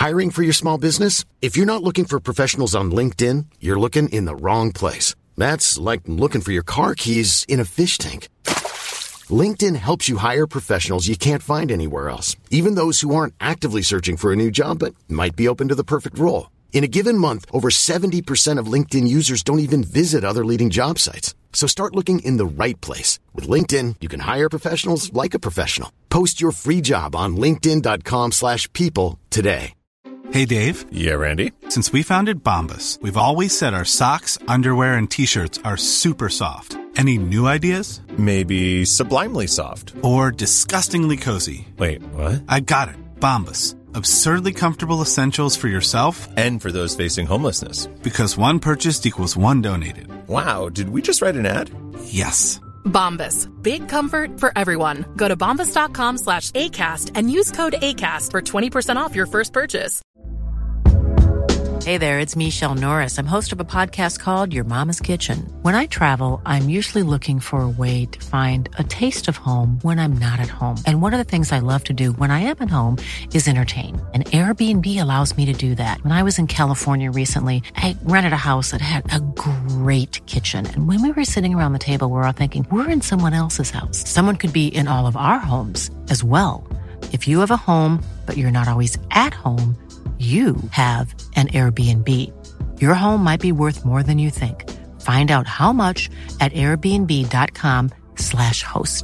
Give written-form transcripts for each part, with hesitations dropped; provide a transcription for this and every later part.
Hiring for your small business? If you're not looking for professionals on LinkedIn, you're looking in the wrong place. That's like looking for your car keys in a fish tank. LinkedIn helps you hire professionals you can't find anywhere else, even those who aren't actively searching for a new job but might be open to the perfect role. In a given month, over 70% of LinkedIn users don't even visit other leading job sites. So start looking in the right place. With LinkedIn, you can hire professionals like a professional. Post your free job on linkedin.com/people today. Hey, Dave. Yeah, Randy. Since we founded Bombas, we've always said our socks, underwear, and T-shirts are super soft. Any new ideas? Maybe sublimely soft. Or disgustingly cozy. Wait, what? I got it. Bombas. Absurdly comfortable essentials for yourself and for those facing homelessness. Because one purchased equals one donated. Wow, did we just write an ad? Yes. Bombas. Big comfort for everyone. Go to bombas.com/ACAST and use code ACAST for 20% off your first purchase. Hey there, it's Michelle Norris. I'm host of a podcast called Your Mama's Kitchen. When I travel, I'm usually looking for a way to find a taste of home when I'm not at home. And one of the things I love to do when I am at home is entertain. And Airbnb allows me to do that. When I was in California recently, I rented a house that had a great kitchen. And when we were sitting around the table, we were all thinking, we're in someone else's house. Someone could be in all of our homes as well. If you have a home, but you're not always at home, you have an Airbnb. Your home might be worth more than you think. Find out how much at airbnb.com/host.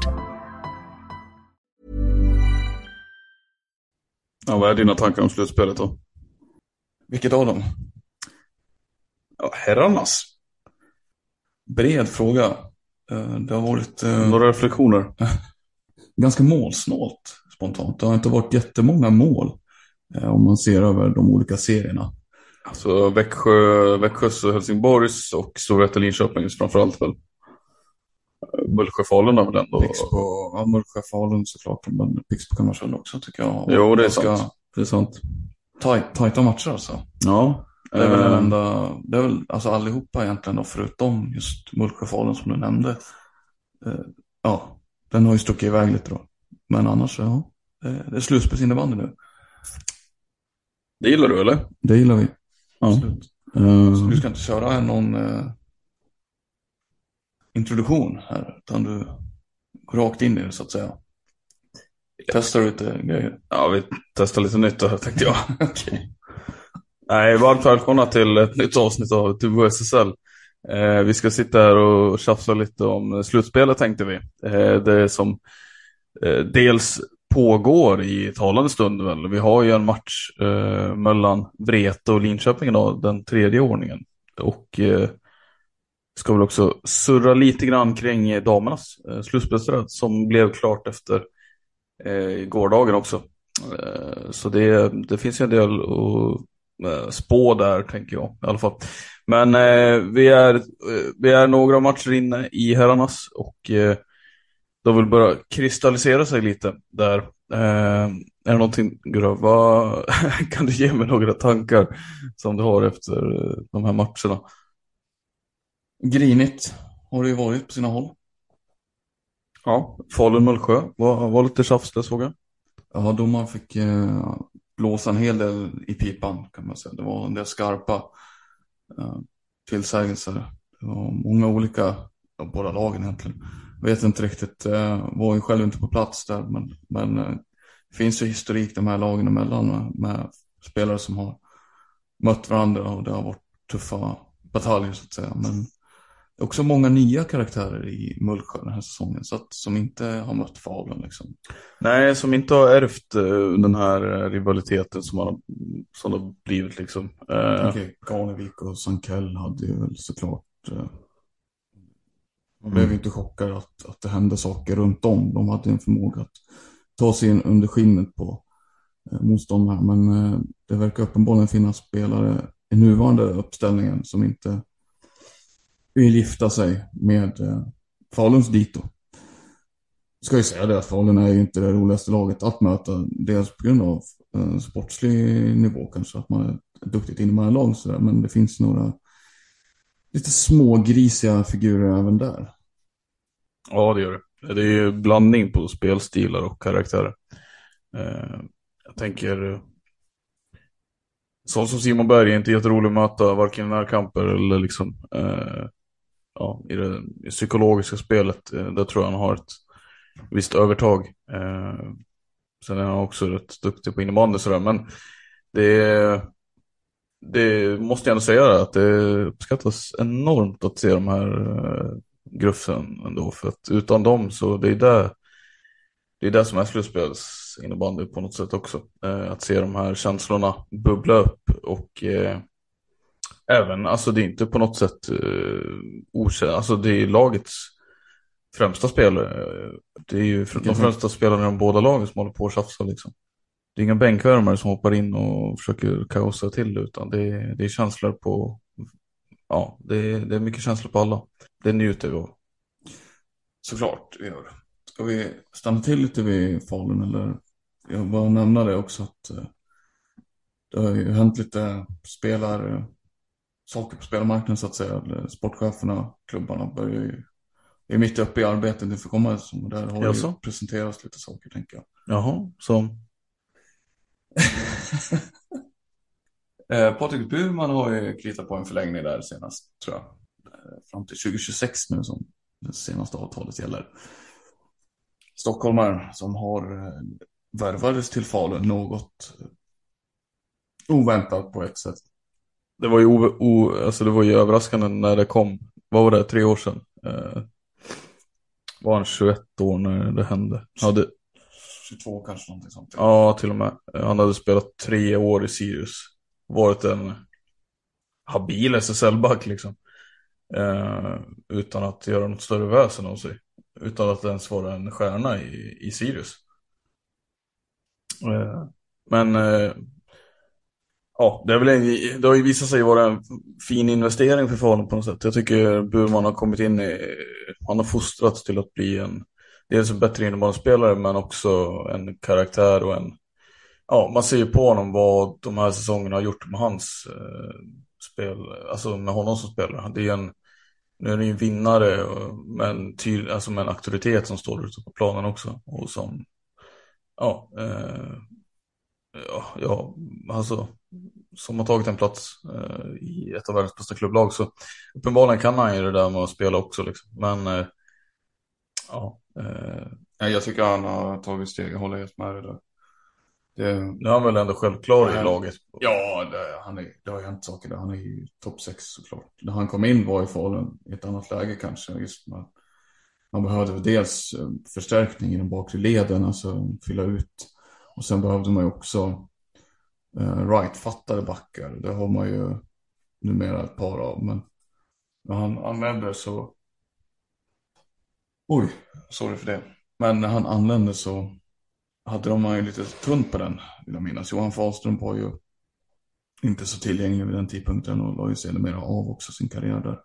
Ja, vad är dina tankar om slutspelet då? Vilket av dem? Ja, herrarnas. Bred fråga. Det har varit... Några reflektioner? Ganska målsnålt spontant. Det har inte varit jättemånga mål. Om man ser över de olika serierna. Alltså Växjös och Helsingborgs och Storvreta Linköpings framförallt väl. Mullsjö-Falun har väl ändå... Ja, Mullsjö-Falun såklart. Men Pixbo kan man känna också tycker jag. Jo, det är sant. Det är sant. Tajta matcher alltså. Ja. Det är väl den enda... Det är väl alltså allihopa egentligen då, förutom just Mullsjö-Falun som du nämnde. Ja, den har ju stuckit iväg lite då. Men annars, ja. Det är slutspelsinnebandy nu. Det gillar du, eller? Det gillar vi. Ja. Så du ska inte köra någon introduktion här, utan du går rakt in i det så att säga. Testar lite grejer. Ja, vi testar lite nytt här tänkte jag. Okay. Nej, varmt välkomna till ett nytt avsnitt av Tubo SSL. Vi ska sitta här och tjafsa lite om slutspelet tänkte vi. Det som dels pågår i talande stund väl. Vi har ju en match mellan Vreta och Linköping idag, den tredje ordningen. Och ska väl också surra lite grann kring damernas slutspelsrätt som blev klart efter gårdagen också. Så det finns ju en del att spå där tänker jag i alla fall. Men vi är några matcher inne i herrarnas och de vill börja kristallisera sig lite där. Är det någonting, Gustav? Kan du ge mig några tankar som du har efter de här matcherna? Grinigt har det ju varit på sina håll. Ja, Falun-Mullsjö var lite tjafs, såg jag. Ja, domaren fick blåsa en hel del i pipan kan man säga. Det var en del skarpa tillsägelser. Det var många olika, båda lagen egentligen. Vet inte riktigt, var ju själv inte på plats där, men det finns ju historik de här lagen emellan med spelare som har mött varandra och det har varit tuffa bataljer så att säga. Men det är också många nya karaktärer i Mullsjö den här säsongen så att, som inte har mött Falun liksom. Nej, som inte har ärvt den här rivaliteten som har blivit liksom. Okej, Garnevik och Sankell hade ju väl såklart... Man blev inte chockad att det hände saker runt om. De hade en förmåga att ta sig in under skinnet på motståndarna. Men det verkar uppenbarligen finnas spelare i nuvarande uppställningen som inte vill gifta sig med Faluns dito. Ska ju säga det att Falun är ju inte det roligaste laget att möta. Dels på grund av sportslig nivå kanske. Att man är duktigt in i många lag. Så där, men det finns några lite smågrisiga figurer även där. Ja, det gör det. Det är ju blandning på spelstilar och karaktärer. Jag tänker så som Simon Berg är inte jätterolig att möta varken i närkamper eller liksom i det psykologiska spelet. Där tror jag han har ett visst övertag. Sen är han också rätt duktig på innebandy sådär, men det måste jag ändå säga att det uppskattas enormt att se de här gruffen ändå, för att utan dem så det är det som är slutspels innebandy på något sätt också. Att se de här känslorna bubbla upp och även, alltså det är inte på något sätt okänt, alltså det är lagets främsta spelare. Det är ju de främsta spelarna i de båda lagen som håller på att tjafsa liksom. Det är inga bänkvärmare som hoppar in och försöker kaosa till, utan det är känslor på, ja, det är mycket känslor på alla. Det njuter vi av. Såklart vi gör det. Ska vi stanna till lite vid Falun, eller jag bara nämna det också att det har ju hänt lite saker på spelarmarknaden så att säga. Sportcheferna, klubbarna börjar ju är mitt uppe i arbetet inför kommande säsong, och där har ju presenterats lite saker, tänker jag. Jaha, som Patrik Burman har ju kritat på en förlängning där senast, tror jag. Fram till 2026 nu som det senaste avtalet gäller. Stockholmare som har värvades till Falun något oväntat på ett sätt. det var ju alltså det var ju överraskande när det kom. Vad var det, 3 år sedan? Var han 21 år när det hände? 22 kanske, någonting sånt. Ja, till och med. Han hade spelat 3 år i Sirius. Varit en habil SSL-back liksom. Utan att göra något större väsen av sig. Utan att ens vara en stjärna i Sirius. Men ja, det har ju visat sig vara en fin investering för Falun på något sätt. Jag tycker Burman har kommit in han har fostrats till att bli dels en bättre innebandyspelare, men också en karaktär och man ser ju på honom vad de här säsongerna har gjort med hans spel, alltså med honom som spelare. Nu är det ju en vinnare med med en auktoritet som står ute på planen också, och som som har tagit en plats i ett av världens bästa klubblag, så uppenbarligen kan han ju det där med att spela också liksom. Men jag tycker han har tagit steg, jag håller helt med det där. Nu är han väl ändå självklar i laget. Ja, det har hänt saker där. Han är ju topp 6 såklart. När han kom in var i Falun i ett annat läge kanske. Just man behövde dels förstärkning i den bakre leden, alltså fylla ut. Och sen behövde man ju också right-fattade backar. Det har man ju numera ett par av. Men när han använde så... Oj, sorry för det. Men när han använde så hade de ju lite tunt på den, vill jag minnas. Johan Fahlström var ju inte så tillgänglig vid den tidpunkten och la ju sig mer av också sin karriär där.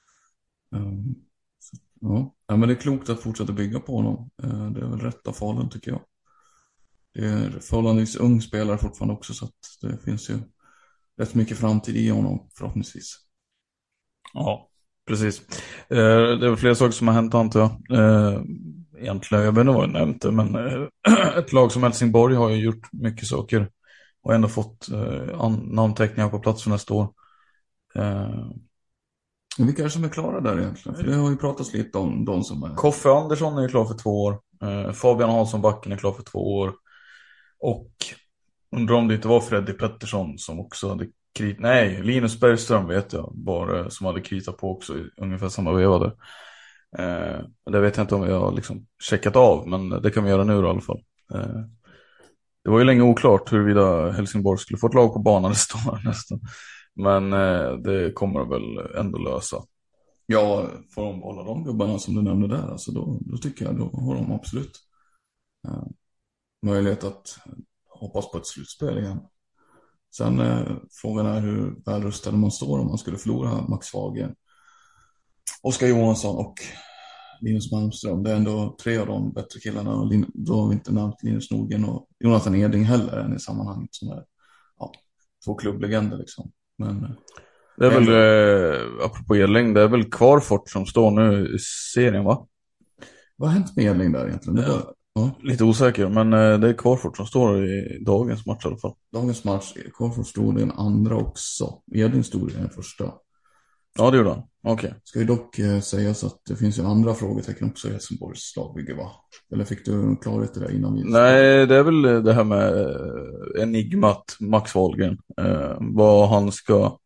Men det är klokt att fortsätta bygga på honom. Det är väl rätt av Falun, tycker jag. Det är förhållandevis ung spelare fortfarande också, så att det finns ju rätt mycket framtid i honom förhoppningsvis. Ja, precis. Det är väl flera saker som har hänt, antar jag. Egentligen, jag vet inte vad jag nämnde, men ett lag som Helsingborg har ju gjort mycket saker och ändå fått namnteckningar på plats för nästa år. Vilka är det som är klara där egentligen? För det har ju pratats lite om de som är... Koffe Andersson är ju klar för 2 år. Fabian Hansson Backen är klar för 2 år. Och undrar om det inte var Freddy Pettersson som också hade Linus Bergström vet jag bara, som hade kritat på också i ungefär samma veva där. Det vet jag inte om jag har liksom checkat av, men det kan vi göra nu då, i alla fall. Det var ju länge oklart huruvida Helsingborg skulle få ett lag på banan nästan. Men det kommer väl ändå lösa. Ja, får de hålla de gubbarna som du nämnde där, alltså då tycker jag då har de absolut möjlighet att hoppas på ett slutspel igen. Sen frågan är hur välrustad man står om man skulle förlora Max Fagen, Oskar Johansson och Linus Malmström. Det är ändå 3 av de bättre killarna, och då har vi inte nämnt Linus Nordgren och Jonathan Eding heller än i sammanhanget, som är 2 klubblegender liksom. Men det är väl apropå Edling, det är väl Kvarfort som står nu i serien, va? Vad har hänt med Edling där egentligen? Ja. Lite osäker, men det är Kvarfort som står i dagens match i alla fall. Dagens match, Kvarfort stod i den andra också. Edin stod i den första. Ja, det gjorde han. Okej. Ska ju dock sägas att det finns ju andra frågetecken också i Helsingborgs lagbygge, va? Eller fick du klarhet i det innan vi... Nej, det är väl det här med enigmat Max Wahlgren. Vad han ska...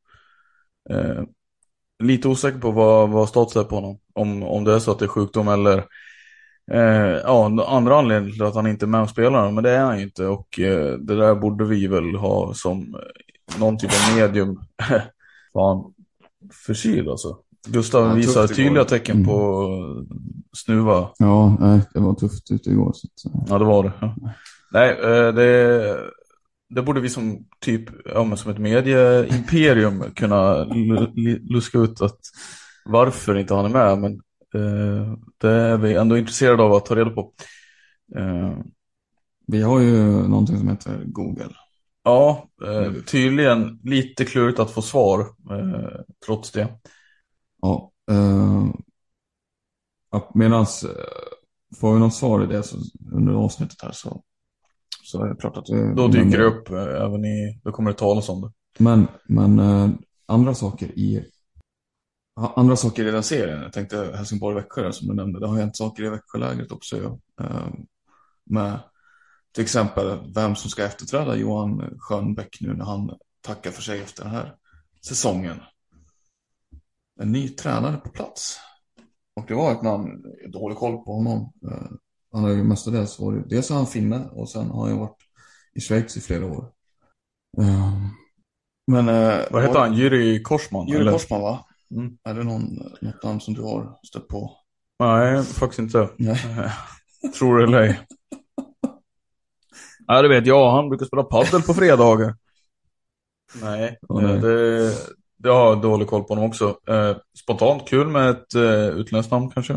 lite osäker på vad status är på honom. Om det är så att det är sjukdom eller... andra anledningar till att han inte är med och spelar. Men det är han ju inte. Och det där borde vi väl ha som någon typ av medium. Fan, förkyld alltså. Gustav visar tydliga tecken på snuva. Ja, nej, det var tufft ute igår. Så att... Ja, det var det. Ja. Nej, det borde vi som typ, som ett medieimperium kunna luska ut att varför inte han är med. Men det är vi ändå intresserade av att ta reda på. Vi har ju någonting som heter Google. Ja, tydligen lite klurigt att få svar trots det. Ja, medans får vi något svar i det så, under avsnittet här så är det klart att då dyker det upp då kommer det talas om det. Men andra saker i den serien. Jag tänkte Helsingborg-Växjö som du nämnde. Det har hänt saker i Växjölägret också. Med till exempel vem som ska efterträda Johan Schönbeck nu när han tackar för sig efter den här säsongen. En ny tränare på plats. Och det var ett namn, dålig koll på honom. Han har ju mestadels varit, dels har han finne och sen har han varit i Schweiz i flera år. Men vad heter han? Jyri Korsman? Jyri Korsman, va? Mm. Är det något namn som du har stött på? Nej, faktiskt inte. Nej. Tror det eller ej. Ja, det vet jag. Han brukar spela paddel på fredagar. Nej, det har jag dålig koll på honom också. Spontant kul med ett utländskt namn kanske.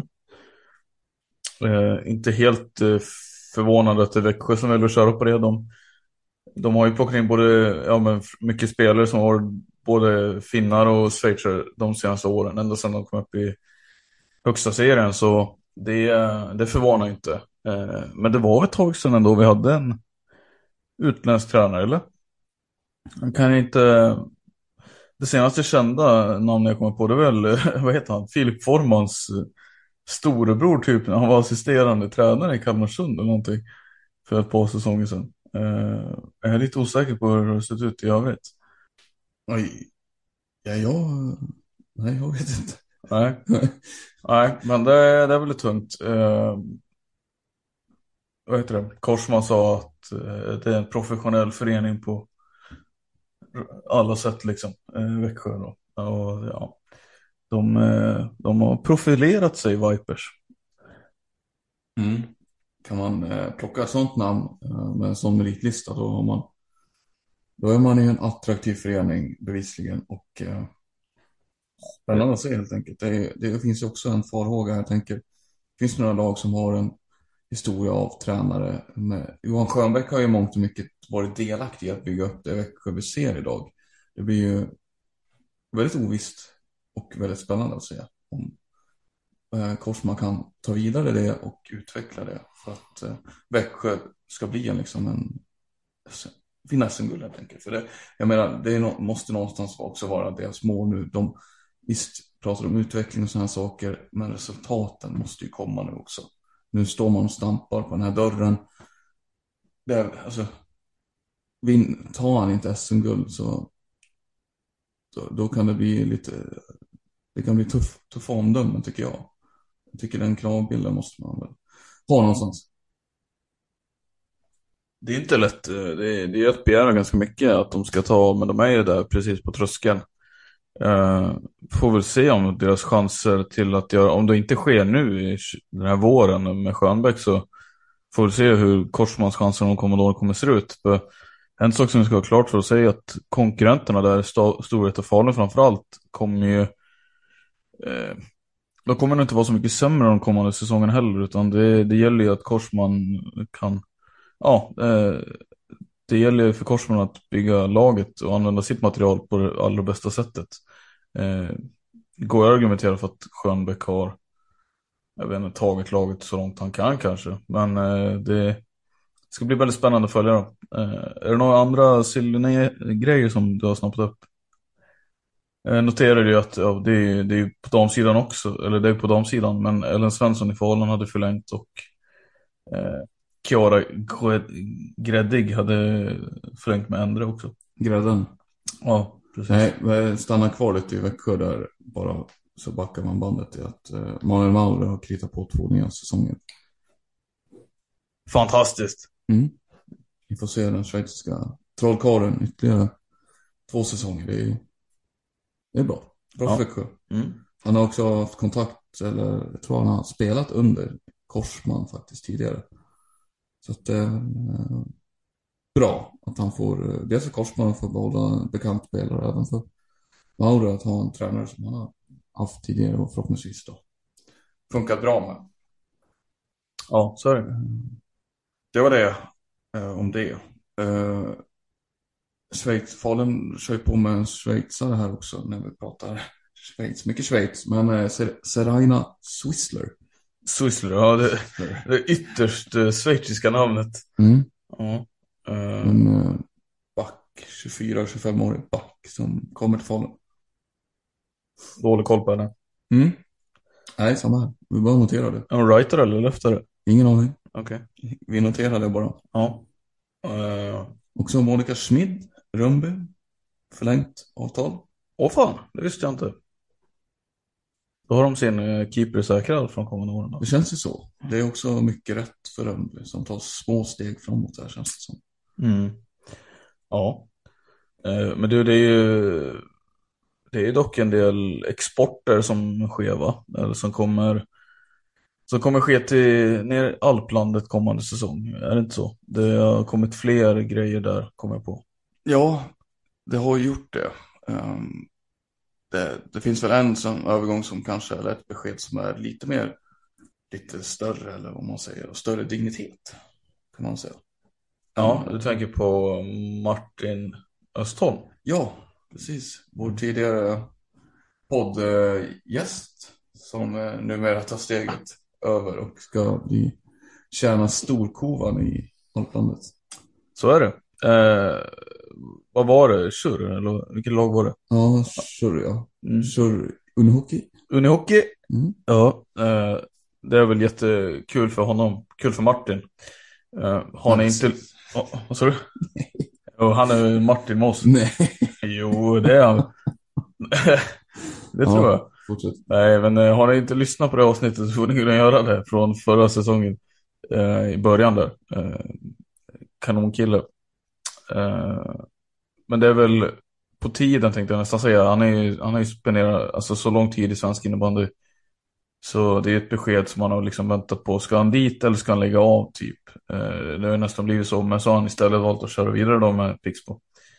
Inte helt förvånad att det är Växjö som väljer att köra på det. De har ju plockat in mycket spelare som har både finnar och schweizer de senaste åren. Ända sedan de kom upp i högsta serien. Så det förvånar inte. Men det var ett tag sedan ändå vi hade en utländsk tränare, eller? Han kan inte... Det senaste kända namn jag kommer på, det är väl, vad heter han? Filip Formans storebror typ, när han var assisterande tränare i Kalmarsund eller någonting för ett par säsonger sedan. Jag är lite osäker på hur det har sett ut i övrigt. Oj. Nej, jag vet inte. Nej, men det är väl tungt. Vad heter det? Korsman sa att det är en professionell förening på alla sätt liksom. Växjö då. Och, ja. De har profilerat sig, Vipers. Kan man plocka ett sånt namn med en sån meritlista, då är man i en attraktiv förening bevisligen. Och spännande att se helt enkelt. Det finns ju också en farhåga. Jag tänker, det finns några lag som har en historia av tränare. Johan Schönbeck har ju mångt och mycket varit delaktig i att bygga upp det Växjö vi ser idag. Det blir ju väldigt ovisst och väldigt spännande att se om Korsman kan ta vidare det och utveckla det för att Växjö ska bli vinna SM-guld helt enkelt. För det, jag menar, det måste någonstans också vara deras mål nu. Visst pratar om utveckling och sådana saker, men resultaten måste ju komma nu också. Nu står man och stampar på den här dörren. Tar han inte SM-guld så då kan det bli tuffa omdömen, tycker jag. Jag tycker den kravbilden måste man väl ha någonstans. Det är inte lätt. Det är att begära ganska mycket att de ska ta, men de är ju där precis på tröskeln. Får väl se om deras chanser till att göra, om det inte sker nu i den här våren med Schönbeck, så får vi se hur Korsmans chanser de kommande åren kommer se ut. För en sak som vi ska ha klart för att säga att konkurrenterna där, Storhet och Falun framförallt, kommer ju de kommer nog inte vara så mycket sämre de kommande säsongen heller, utan det gäller ju att Korsman kan det gäller för Korsman att bygga laget och använda sitt material på det allra bästa sättet. Går jag argumentera för att Schönbeck har jag vet inte, tagit laget så långt han kan kanske. Men det ska bli väldigt spännande att följa dem. Är det några andra grejer som du har snappat upp? Jag noterade ju att det är ju på damsidan också, eller det är på damsidan, men Ellen Svensson i Falun hade förlängt och Kiara Greddig hade förlängt med Endre också. Grädden. Ja, precis. Nej, stanna kvar lite i Växjö där bara, så backar man bandet i att Manuel Mauro har kritat på 2 nya säsonger. Fantastiskt. Vi får se den schweiziska trollkarlen ytterligare 2 säsonger. Det är bra. Bra för Växjö. Han har också haft kontakt, eller jag tror han har spelat under Korsman faktiskt tidigare. Så att det är bra att han får, dels för Korsman får behålla bekant spelare, även för Mauro att ha en tränare som han har haft tidigare och förhoppningsvis då funkat bra med. Ja, så är det. Det var det om det. Schweiz, Falun kör på med en schweizare här också när vi pratar Schweiz. Mycket Schweiz, men Seraina Swissler. Swissler, ja, det ytterst schweiziska namnet. Ja. En back, 24-25-årig back som kommer till Falun. Dålig koll på henne. Nej, samma här. Vi bara noterar det. Är hon writer eller leftare? Ingen aning. Okej. Vi noterar det bara. Ja. Också Monica Schmid, Rönnby, förlängt avtal. Åh fan, det visste jag inte. Då har de sin keeper säkrad från kommande åren då. Det känns ju så. Det är också mycket rätt för Rönnby som tar små steg framåt där, känns det som. Ja. Men det är ju dock en del exporter som sker, va? Eller som kommer ske till ner Alplandet kommande säsong. Är det inte så? Det har kommit fler grejer där, kommer jag på. Ja, det har gjort det. Det finns väl en sån övergång som kanske är ett besked som är lite större, eller vad man säger, och större dignitet kan man säga. Ja, du tänker på Martin Östholm. Ja, precis. Vår tidigare poddgäst som numera tar steget över och ska tjäna storkovan i Alplandet. Så är det. Vad var det? Kör, eller vilket lag var det? Ja, Kör, ja. Kör Unihockey. Unihockey? Ja, det är väl jättekul för honom. Kul för Martin. Har ni inte... vad sa du? Han är Martin Moss. Nej. Jo, det är han. Det tror jag. Fortsätt. Nej, men har ni inte lyssnat på det avsnittet så får ni kunna göra det från förra säsongen. I början där. Kanonkille. Men det är väl på tiden, tänkte jag nästan säga. Han har ju spenderat alltså så lång tid i svensk innebandy. Så det är ett besked som man har liksom väntat på. Ska han dit eller ska han lägga av typ? Det har nästan blivit så. Men så har han istället valt att köra vidare då med Pixbo.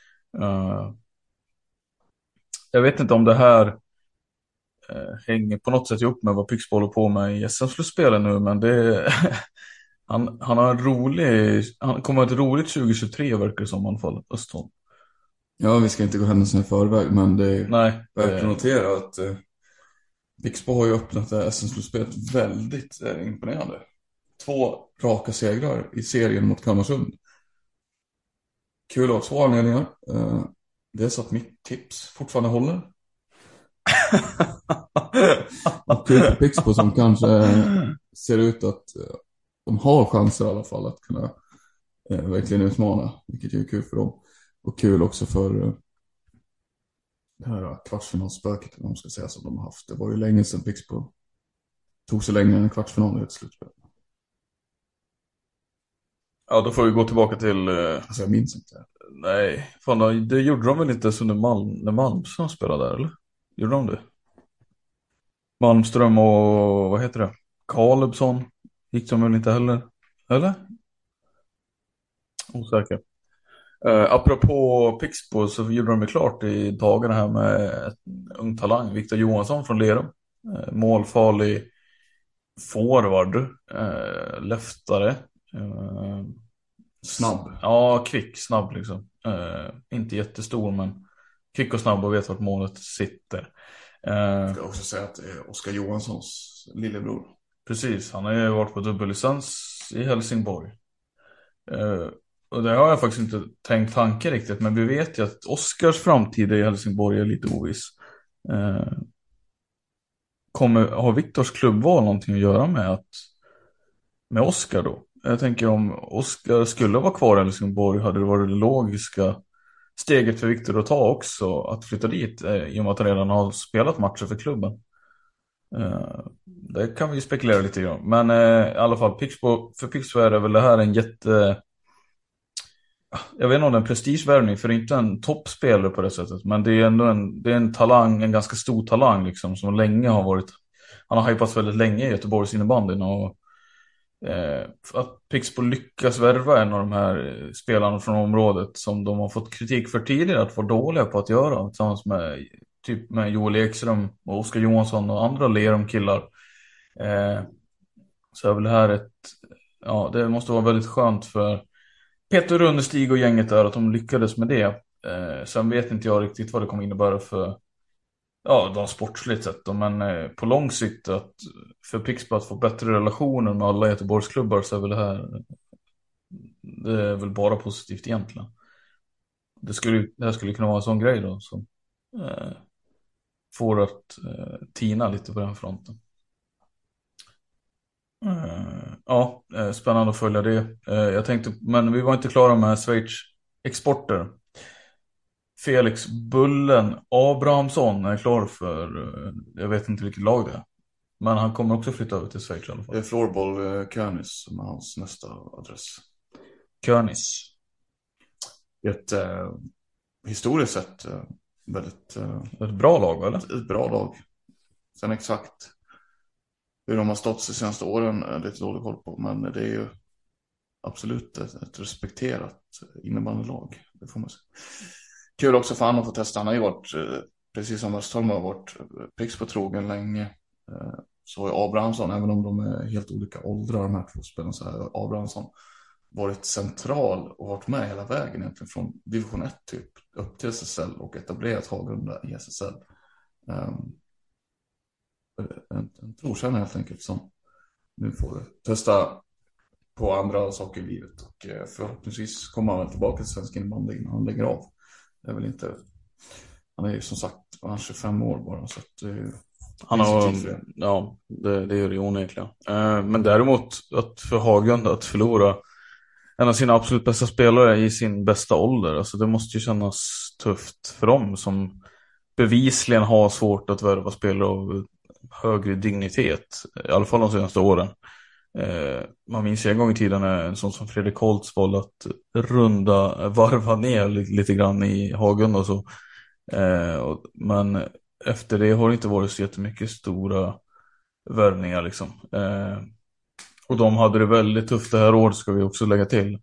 Jag vet inte om det här hänger på något sätt ihop med vad Pixbo håller på med i SM-slutspelen nu. Men det han har han kommer att ha ett roligt 2023 verkar det som i alla fall. Östholm. Ja, vi ska inte gå händelserna i förväg, men det är värt att notera att Pixbo har ju öppnat det här SM-slutspelet väldigt imponerande. 2 raka segrar i serien mot Kalmarsund. Kul av 2 anledningar. Det är så att mitt tips fortfarande håller. Och kul för Pixbo som kanske ser ut att de har chanser i alla fall att kunna verkligen utmana, vilket är kul för dem. Och kul också för det här kvartsfinalspöket, om man ska säga, som de har haft. Det var ju länge sedan Pixbo tog så länge en kvartsfinal i ett slutspel. Ja, då får vi gå tillbaka till... Alltså jag minns inte. Nej, fan, det gjorde de väl inte så när Malmström spelade där, eller? Gjorde de det? Malmström och, vad heter det? Kalebsson gick de väl inte heller? Eller? Osäker. Apropå Pixbo så gjorde de ju klart i dagarna här med en ung talang, Victor Johansson från Lerum. Målfarlig forward, leftare. Snabb. Ja, kvick, snabb liksom. Inte jättestor, men kvick och snabb och vet vart målet sitter. Jag ska också säga att det är Oskar Johanssons lillebror. Precis, han har ju varit på dubbellicens i Helsingborg. Och det har jag faktiskt inte tänkt tanke riktigt. Men vi vet ju att Oskars framtid i Helsingborg är lite oviss. Har Viktors klubbval någonting att göra med Oskar då? Jag tänker om Oskar skulle vara kvar i Helsingborg hade det varit det logiska steget för Viktor att ta också att flytta dit i och med att han redan har spelat matcher för klubben. Det kan vi spekulera lite grann. Men i alla fall för Pixbo är det väl det här en jag vet inte om det är en prestigevärvning, för det är inte en toppspelare på det sättet, men det är ändå en talang, en ganska stor talang liksom, som länge har varit, han har hypats väldigt länge i Göteborgs innebandyn, och att Pixbo lyckas värva en av de här spelarna från området som de har fått kritik för tidigare att vara dåliga på att göra, tillsammans med Joel Ekström och Oskar Johansson och andra Lerum-killar, så är väl det här det måste vara väldigt skönt för Peter Runnestig och gänget där att de lyckades med det. Sen vet inte jag riktigt vad det kommer innebära för de sportsligt sett. Men på lång sikt för Pixbo att få bättre relationer med alla Göteborgsklubbar, så är väl det är väl bara positivt egentligen. Det här skulle kunna vara en sån grej då som får att tina lite på den fronten. Spännande att följa det. Jag tänkte, men vi var inte klara med Schweiz exporter. Felix Bullen Abrahamsson är klar för, jag vet inte vilket lag det är, men han kommer också flytta över till Schweiz i alla fall. Det är Floorball Könis som är hans nästa adress. Könis. Ett historiskt sett väldigt ett bra lag, eller? Ett bra lag. Sen exakt hur de har stått de senaste åren är lite dålig koll på, men det är ju absolut ett respekterat innebandylag, det får man säga. Kul också för han att få testa. Han har ju varit, precis som Östholm har varit Pixbo-trogen länge. Så är Abrahamsson, även om de är helt olika åldrar, de här två spelarna, så har Abrahamsson varit central och varit med hela vägen egentligen från division 1 typ upp till SSL och etablerat Hagunda i SSL. En trotjänare helt enkelt som nu får testa på andra saker i livet, och förhoppningsvis kommer han väl tillbaka till svensk innebandy innan han lägger av. Det är väl inte, han är ju som sagt, han är 25 år bara, så att han har, det gör det onekligen. Men däremot att för Hagunda att förlora en av sina absolut bästa spelare i sin bästa ålder, alltså det måste ju kännas tufft för dem som bevisligen har svårt att värva spelare av högre dignitet, i alla fall de senaste åren. Man minns en gång i tiden en sån som Fredrik Holtz valde att varva ner lite grann i Hagunda och så. Men efter det har det inte varit så jättemycket stora värvningar liksom. Och de hade det väldigt tufft det här året, ska vi också lägga till.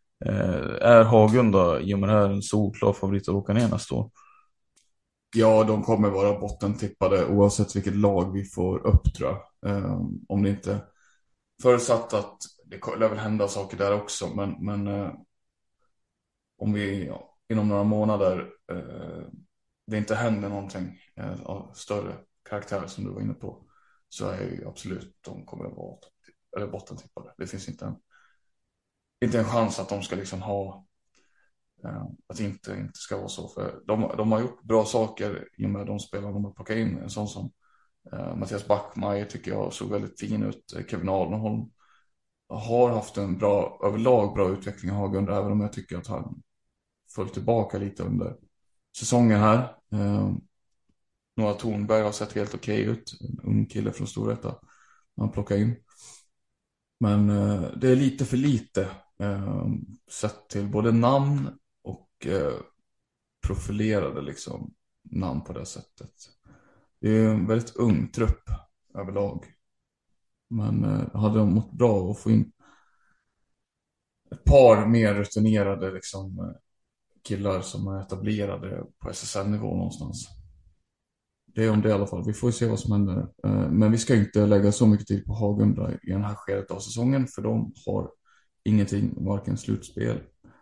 Är Hagunda i och med det här en solklar favorit att åka ner nästa år? Ja, de kommer vara bottentippade oavsett vilket lag vi får upp, tror jag. Om det inte förutsatt att det lär väl hända saker där också, men om vi inom några månader det inte händer någonting av större karaktär som du var inne på, så är ju absolut de kommer att vara bottentippade. Det finns inte en chans att de ska liksom ha att det inte ska vara så, för de har gjort bra saker i och med de spelare de har plockat in. En sån som Mattias Backmeier tycker jag såg väldigt fin ut. Kevin Arnholm har haft en överlag bra utveckling i Hagunda, även om jag tycker att han föll tillbaka lite under säsongen här. Noah Thornberg har sett helt okej ut, en ung kille från Storvreta han plockar in, men det är lite för lite sett till både namn och profilerade liksom namn på det sättet. Det är en väldigt ung trupp överlag, men hade de mått bra att få in ett par mer rutinerade liksom killar som är etablerade på SSL-nivå någonstans. Det är om det i alla fall. Vi får se vad som händer. Men vi ska inte lägga så mycket tid på Hagunda i den här skedet av säsongen, för de har ingenting, varken slutspel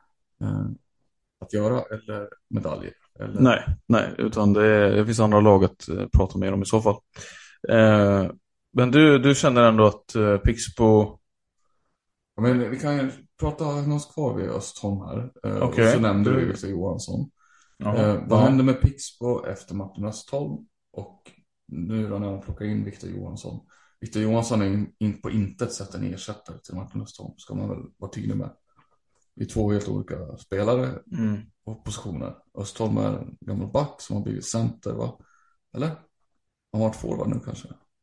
att göra eller medaljer. Eller... Nej, utan det finns andra lag att prata mer om i så fall. Men du känner ändå att Pixbo... Ja, men vi kan ju prata oss kvar vid Östholm här. Okej. Och så nämnde du Victor Johansson. Vad hände med Pixbo efter Martin Östholm? Och nu då när man plockar in Victor Johansson. Victor Johansson är på intet sätt en ersättare till Martin Östholm. Ska man väl vara tydlig med. Vi är två helt olika spelare och positioner. Östholm är en gammal back som har blivit center, va? Eller? Han har varit forward nu kanske.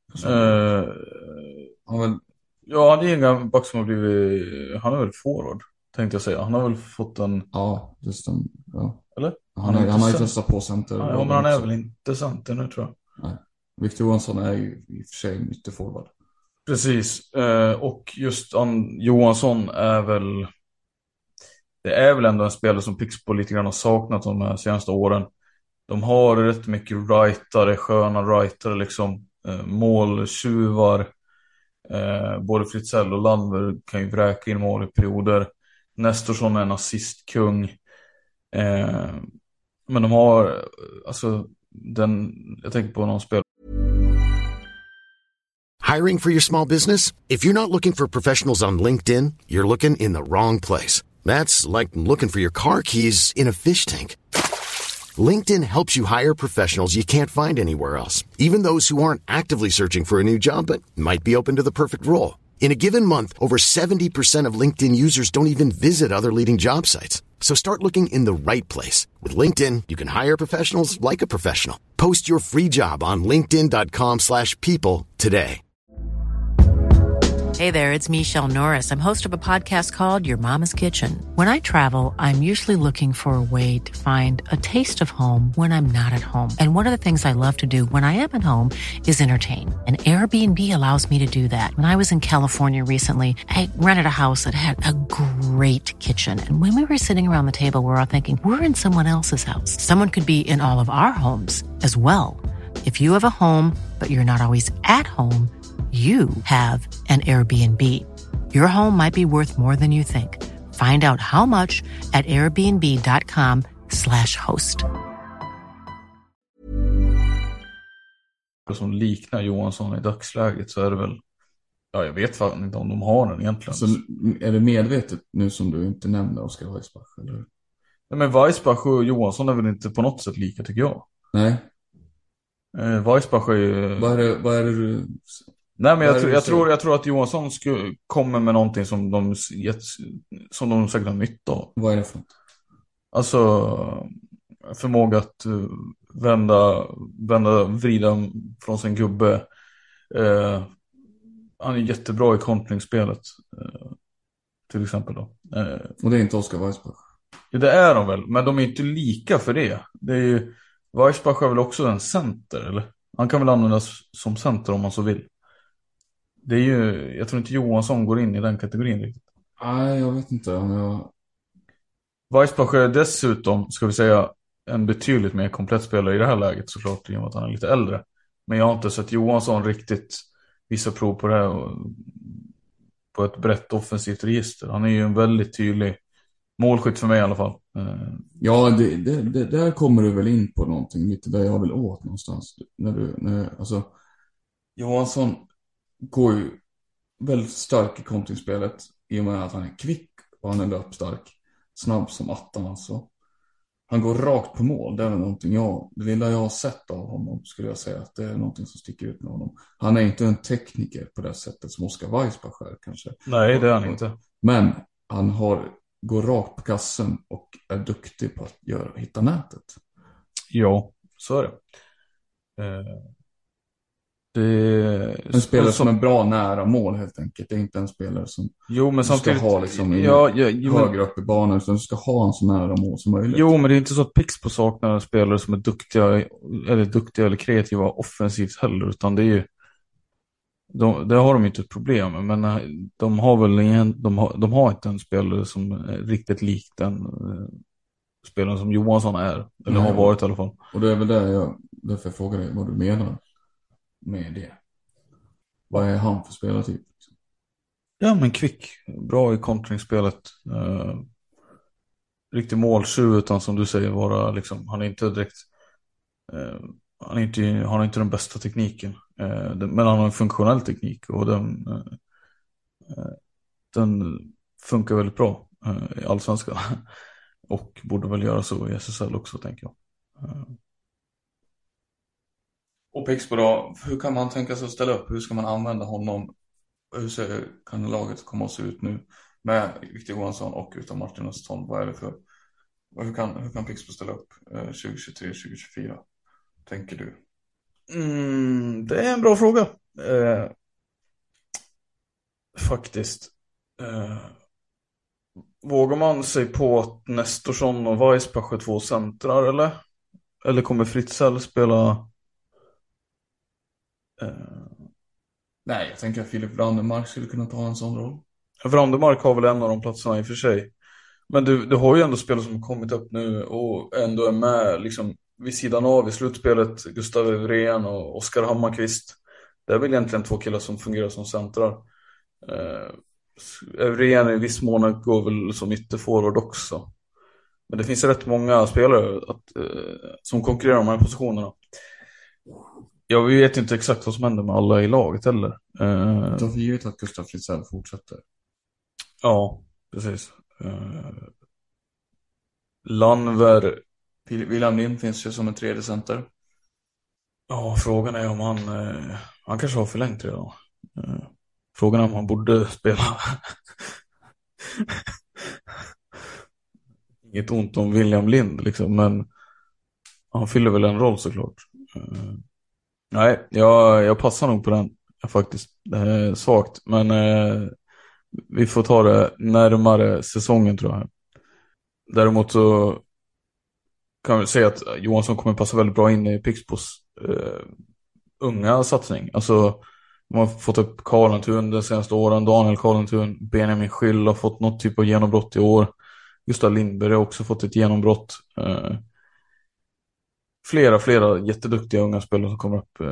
Han väl... Ja, det är en gammal back som har blivit... Han är väl forward, tänkte jag säga. Han har väl fått en... Ja, just den. Ja. Eller? Han har ju testat på center. Ja, men han är väl inte center nu, tror jag. Nej. Victor Johansson är ju i och för sig inte forward. Precis. Och just Johansson är väl... Det är väl ändå en spelare som Pixbo lite grann har saknat de här senaste åren. De har rätt mycket rightare, sköna rightare liksom. Måltjuvar. Både Fritzell och Landver kan ju vräka in mål i perioder. Nestorsson är en assistkung. Men de har, alltså, jag tänker på någon spel. Hiring for your small business? If you're not looking for professionals on LinkedIn, you're looking in the wrong place. That's like looking for your car keys in a fish tank. LinkedIn helps you hire professionals you can't find anywhere else, even those who aren't actively searching for a new job but might be open to the perfect role. In a given month, over 70% of LinkedIn users don't even visit other leading job sites. So start looking in the right place. With LinkedIn, you can hire professionals like a professional. Post your free job on linkedin.com/people today. Hey there, it's Michelle Norris. I'm host of a podcast called Your Mama's Kitchen. When I travel, I'm usually looking for a way to find a taste of home when I'm not at home. And one of the things I love to do when I am at home is entertain. And Airbnb allows me to do that. When I was in California recently, I rented a house that had a great kitchen. And when we were sitting around the table, we were all thinking, we're in someone else's house. Someone could be in all of our homes as well. If you have a home, but you're not always at home, you have an Airbnb. Your home might be worth more than you think. Find out how much at airbnb.com/host. Som liknar Johansson i dagsläget, så är det väl... Ja, jag vet fan inte om de har den egentligen. Så är det medvetet nu som du inte nämnde Oskar Weissbach, eller? Nej, men Weissbach och Johansson är väl inte på något sätt lika, tycker jag. Nej. Weissbach är ju... Vad är det du... Nej, men jag tror att Johansson kommer med någonting som de säkert har nytta av. Vad är det för något? Alltså förmåga att vrida från sin gubbe. Han är jättebra i kontringsspelet, till exempel då. Och det är inte Oskar Weissbach? Ja, det är de väl, men de är inte lika för det. Det är ju... Weissbach är väl också en center, eller? Han kan väl användas som center om man så vill. Det är ju, jag tror inte Johansson går in i den kategorin riktigt. Nej, jag vet inte om jag... Weissbach är dessutom, ska vi säga, en betydligt mer komplett spelare i det här läget, såklart, i och med att han är lite äldre. Men jag har inte sett Johansson riktigt visa prov på det här på ett brett offensivt register. Han är ju en väldigt tydlig målskytt för mig i alla fall. Ja, det där kommer du väl in på någonting lite där jag vill åt någonstans. Alltså, Johansson går ju väldigt stark i kontringsspelet i och med att han är kvick och han är löpstark. Snabb som attan alltså. Han går rakt på mål. Det är någonting det lilla jag har sett av honom, skulle jag säga att det är någonting som sticker ut med honom. Han är inte en tekniker på det sättet som Oskar Weissbach är kanske. Nej, det är han inte. Men han går rakt på kassen och är duktig på att hitta nätet. Ja, så är det. En spelare som är bra nära mål helt enkelt. Det är inte en spelare som men samtidigt ska ha liksom högre upp i banan, utan du ska ha en så nära mål som möjligt. Jo, men det är inte så att Pixbo saknar en spelare som är duktiga eller kreativa offensivt heller, utan det är ju det har de inte ett problem med, men de har väl de har inte en spelare som är riktigt lik den spelaren som Johansson är, eller har varit i alla fall. Och det är väl därför jag frågar dig vad du menar med det. Vad är han för spelartyp? Ja, men kvick, bra i kontringsspelet, riktig måltjuv, utan som du säger vara liksom, han är inte direkt han har inte den bästa tekniken, Men han har en funktionell teknik och den funkar väldigt bra i Allsvenskan. Och borde väl göra så i SSL också, tänker jag. Och Pixbo då, hur kan man tänka sig att ställa upp? Hur ska man använda honom? Hur kan laget komma att se ut nu med Victor Johansson och utan Martin Östholm? Vad är det för... Hur kan Pixbo ställa upp 2023-2024? Tänker du? Det är en bra fråga. Faktiskt. Vågar man sig på att Nestorsson och Weissbach är 2 centrar, eller? Eller kommer Fritzell spela? Nej, jag tänker att Filip Wrandemark skulle kunna ta en sån roll. Wrandemark har väl en av de platserna i och för sig. Men du har ju ändå spelare som har kommit upp nu och ändå är med liksom vid sidan av i slutspelet. Gustav Evrén och Oskar Hammarkvist. Det är väl egentligen 2 killar som fungerar som centrar. Evrén i viss mån går väl som ytterforward också. Men det finns rätt många spelare som konkurrerar om de här positionerna. Jag vet inte exakt vad som händer med alla i laget heller. Jag har givet att Gustav Fritzell fortsätter. Ja, precis. Landver. William Lind finns ju som en 3:e center. Ja, frågan är om han kanske har förlängt redan. Frågan är om han borde spela. Inget ont om William Lind liksom, men han fyller väl en roll såklart. Nej, jag passar nog på den faktiskt. Det är svagt, men vi får ta det närmare säsongen, tror jag. Däremot så kan vi säga att Johansson kommer passa väldigt bra in i Pixbos unga satsning. Alltså, man har fått upp Karlentun de senaste åren. Daniel Karlentun, Benjamin Skyll har fått något typ av genombrott i år. Gustav Lindberg har också fått ett genombrott. Flera jätteduktiga unga spelare som kommer upp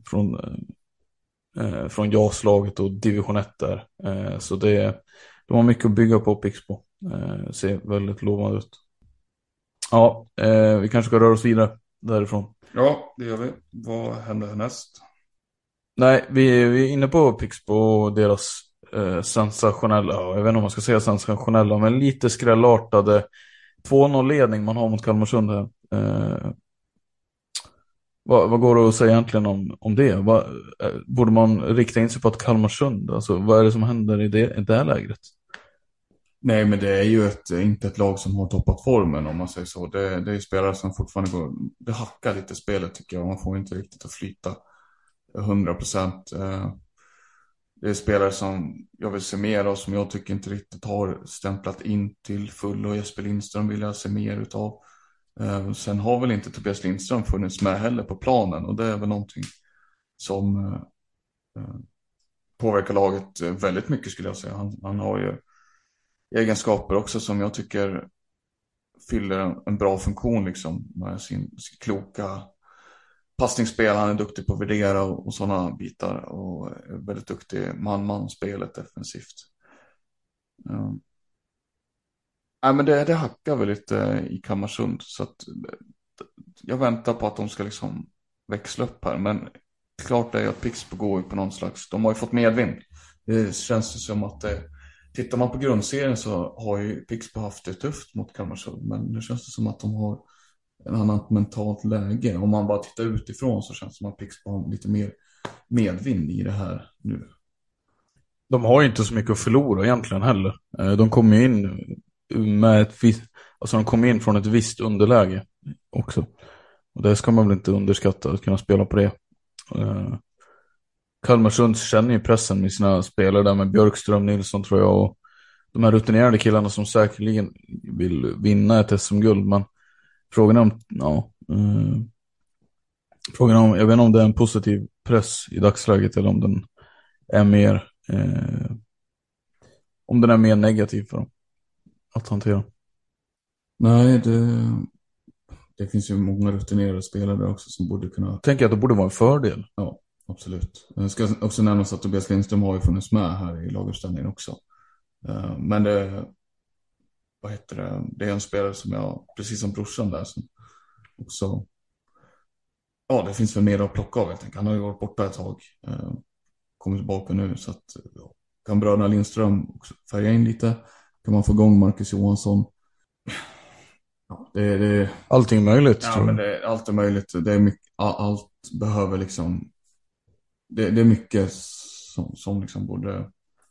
från JAS-laget och division 1 där. Så de har mycket att bygga på Pixbo. Ser väldigt lovande ut. Ja, vi kanske ska röra oss vidare därifrån. Ja, det gör vi. Vad händer härnäst? Nej, vi är inne på Pixbo och deras sensationella, jag vet inte om man ska säga sensationella, men lite skrällartade 2-0-ledning man har mot Kalmarsund här. Vad går det att säga egentligen om det? Borde man rikta in sig på att Kalmarsund? Alltså, vad är det som händer i det lägret? Nej, men det är ju inte ett lag som har toppat formen, om man säger så. Det är spelare som fortfarande det hackar lite spelet, tycker jag. Man får inte riktigt att flyta 100%. Det är spelare som jag vill se mer av, som jag tycker inte riktigt har stämplat in till full, och Jesper Lindström vill jag se mer utav. Sen har väl inte Tobias Lindström funnits med heller på planen, och det är väl någonting som påverkar laget väldigt mycket, skulle jag säga. Han har ju egenskaper också som jag tycker fyller en bra funktion, liksom, med sin kloka passningsspel. Han är duktig på att värdera och sådana bitar, och är väldigt duktig man-man-spelet defensivt. Nej, men det hackar väl lite i Kalmarsund, så att jag väntar på att de ska liksom växla upp här. Men klart är ju att Pixbo går på någon slags, de har ju fått medvind. Det känns som att tittar man på grundserien så har ju Pixbo haft det tufft mot Kalmarsund, men nu känns det som att de har en annat mentalt läge. Om man bara tittar utifrån så känns det som att Pixbo har lite mer medvind i det här nu. De har ju inte så mycket att förlora egentligen heller. De kommer in med de kommer in från ett visst underläge också. Och det ska man väl inte underskatta, att kunna spela på det. Kalmarsund känner ju pressen med sina spelare där, med Björkström, Nilsson, tror jag, och de här rutinerade killarna som säkerligen vill vinna ett SM-guld. Men frågan är om jag vet inte om det är en positiv press i dagsläget, eller om den är mer negativ för dem att hantera. Nej, det finns ju många rutinerade spelare där också som borde kunna... Tänker att det borde vara en fördel. Ja, absolut. Jag ska också nämna att Tobias Lindström har ju funnits med här i laguppställningen också. Men det är en spelare som jag, precis som brorsan där, som också ja, det finns väl mer att plocka av. Jag tänker, han har ju varit borta ett tag. Kommer tillbaka nu, så att kan bröderna Lindström också färga in lite. Kan man få igång Marcus Johansson. Ja, det allting möjligt. Ja, men allt är möjligt. Det är mycket, allt behöver liksom. Det är mycket som liksom borde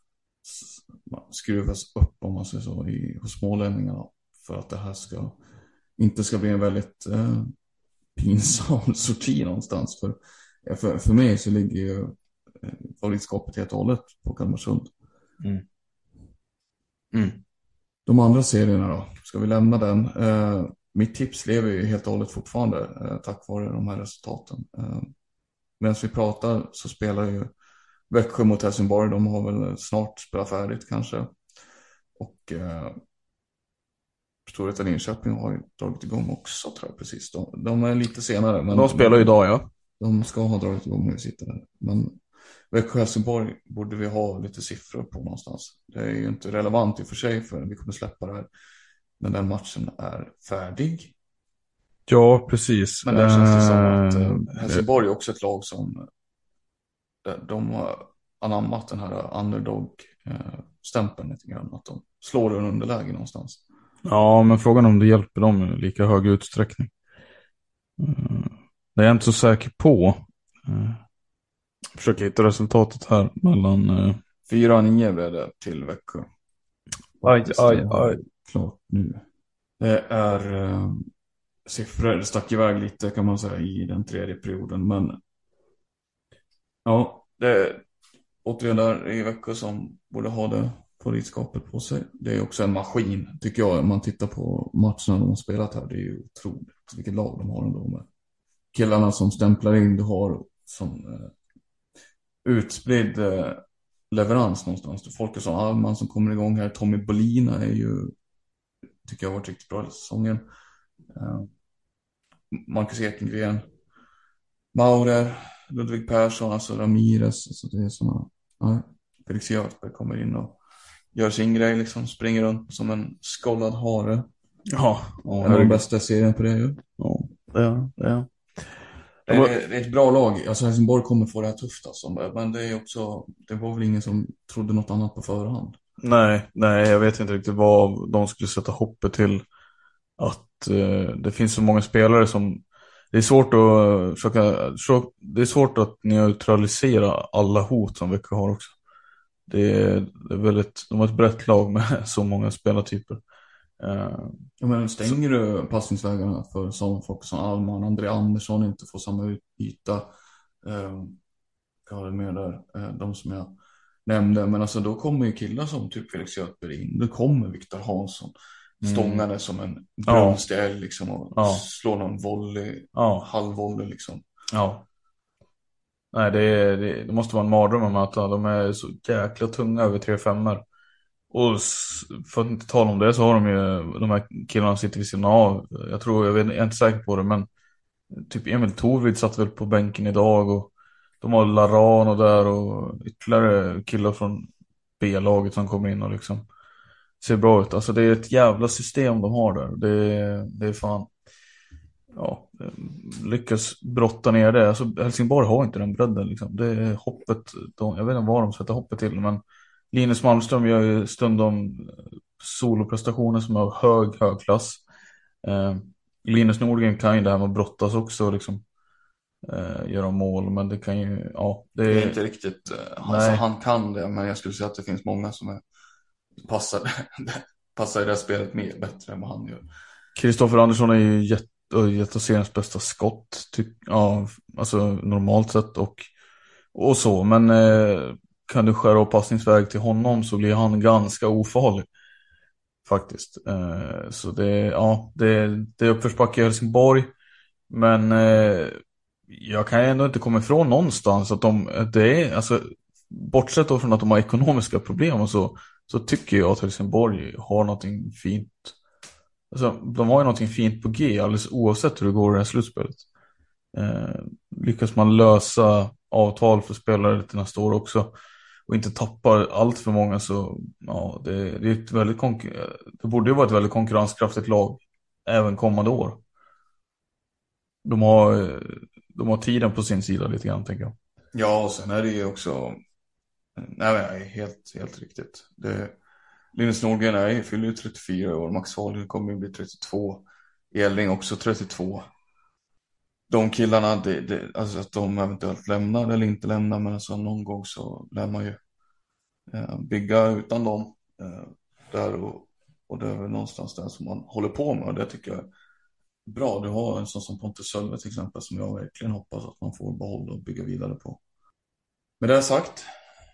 skruvas upp, om man säger så, hos smålänningarna, för att det här inte ska bli en väldigt pinsam sorti någonstans. För mig så ligger ju favoritskapet helt och hållet på Kalmarsund. De andra serierna då, ska vi lämna den? Mitt tips lever ju helt och hållet fortfarande tack vare de här resultaten. Medan vi pratar så spelar ju Växjö mot Helsingborg. De har väl snart spelat färdigt kanske. Och Storvreta Linköping har ju dragit igång också, tror jag, precis. De är lite senare. Men de spelar ju idag, ja. De ska ha dragit igång när vi sitter där. Men Växjö Helsingborg borde vi ha lite siffror på någonstans. Det är ju inte relevant i och för sig, för vi kommer släppa det här. Men den matchen är färdig. Ja, precis. Men det känns det som att Helsingborg är också ett lag som de har anammat den här underdog-stämpeln lite grann. Att de slår en underläge någonstans. Ja, men frågan om det hjälper dem i lika hög utsträckning. Det är jag inte så säker på. Försöker hitta resultatet här mellan 4-9 blev det till Växjö. Aj. Klart nu. Det är siffror. Det stack iväg lite, kan man säga, i den tredje perioden. Men ja, det är återigen där i Växjö som borde ha det favoritskapet på sig. Det är också en maskin, tycker jag. Om man tittar på matcherna de har spelat här, det är ju otroligt vilket lag de har ändå med. Killarna som stämplar in, du har som utspridd leverans någonstans. Folkesson Alman som kommer igång här. Tommy Bolina är ju, tycker jag, har varit riktigt bra i säsongen. Marcus Ekengren, Maurer, Ludvig Persson, alltså Ramirez, alltså det är såna. Ja, Felix Göthberg kommer in och gör sin grej, liksom springer runt som en skollad hare. Ja, en av de bästa serien på det ju. Ja, ja. Det är ett bra lag. Alltså Helsingborg kommer få det här tufft alltså. Men det är också, det var väl ingen som trodde något annat på förhand. Nej, jag vet inte riktigt vad de skulle sätta hoppet till. Att det finns så många spelare som det är svårt att det är svårt att neutralisera alla hot som Växjö har också. Det är väldigt, de har ett brett lag med så många spelartyper. Ja, men stänger du passningsvägarna för sådana folk som Alman, André Andersson inte får samma yta, vad har det med där, de som jag nämnde, men alltså då kommer ju killar som typ Felix Göthberg in, då kommer Viktor Hansson stångande som en brunstjäl liksom och slår någon volley, halvvolley liksom. Ja. Nej, det måste vara en mardröm att möta. De är så jäkla tunga över 3-5. Och för att inte tala om det så har de ju de här killarna sitter vid sidan av. Jag är inte säker på det, men typ Emil Torvid satt väl på bänken idag, och de har Laran och där och ytterligare killar från B-laget som kommer in och liksom ser bra ut. Alltså det är ett jävla system de har där. Det är fan, ja, lyckas brotta ner det. Alltså Helsingborg har inte den bredden liksom. Det är hoppet, jag vet inte vad de sätter hoppet till, men Linus Malmström gör ju stundom soloprestationer som är hög klass. Linus Nordgren kan ju det här med att brottas också och liksom göra mål, men det kan ju, ja, det är inte riktigt, alltså, han kan det, men jag skulle säga att det finns många som passar i det spelet mer bättre än vad han gör. Kristoffer Andersson är ju jätteseriens bästa skott, alltså normalt sett och så, men kan du skära av passningsväg till honom så blir han ganska ofarlig faktiskt. Så det är uppförsbacke i Helsingborg, men jag kan ändå inte komma ifrån någonstans att alltså, bortsett från att de har ekonomiska problem och så tycker jag att Helsingborg har någonting fint. Alltså, de har ju någonting fint på G alldeles oavsett hur det går i det här slutspelet. Lyckas man lösa avtal för spelare till nästa år också och inte tappar allt för många, så ja, det är ett väldigt det borde ju vara ett väldigt konkurrenskraftigt lag även kommande år. De har de har tiden på sin sida lite grann, tänker jag. Ja, och sen är det ju också... Nej, helt riktigt. Linus Nordgren fyller ju 34 år. Max Fahlgren kommer ju bli 32. Elding också 32. De killarna, alltså att de eventuellt lämnar eller inte lämnar, men alltså någon gång så lär man ju bygga utan dem där, och det är väl någonstans där som man håller på med, och det tycker jag är bra. Du har en sån som Pontus Sölve till exempel, som jag verkligen hoppas att man får behålla och bygga vidare på. Med det sagt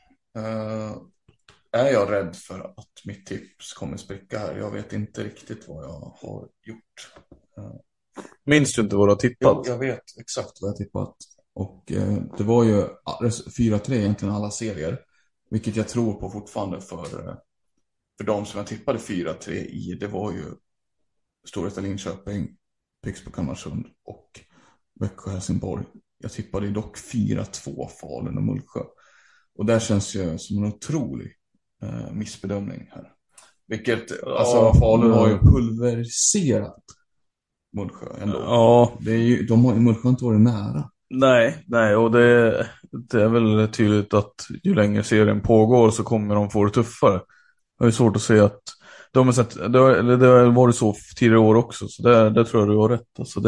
är jag rädd för att mitt tips kommer spricka här. Jag vet inte riktigt vad jag har gjort. Minns du inte vad du har tippat? Jag vet exakt vad jag tippat. Och det var ju 4-3 egentligen alla serier. Vilket jag tror på fortfarande för de som jag tippade 4-3 i. Det var ju Storvreta Linköping, Pixbo Kalmarsund och Växjö Helsingborg. Jag tippade ju dock 4-2 Falun och Mullsjö. Och där känns ju som en otrolig missbedömning här. Vilket, alltså Falun har ju pulveriserat Mullsjö ändå. Ja. Det är ju, Mullsjö har inte varit nära. Nej, och det är väl tydligt att ju längre serien pågår så kommer de få det tuffare. Jag har ju svårt att se att de har sett, det har varit så tidigare år också, så det tror jag du har rätt. Alltså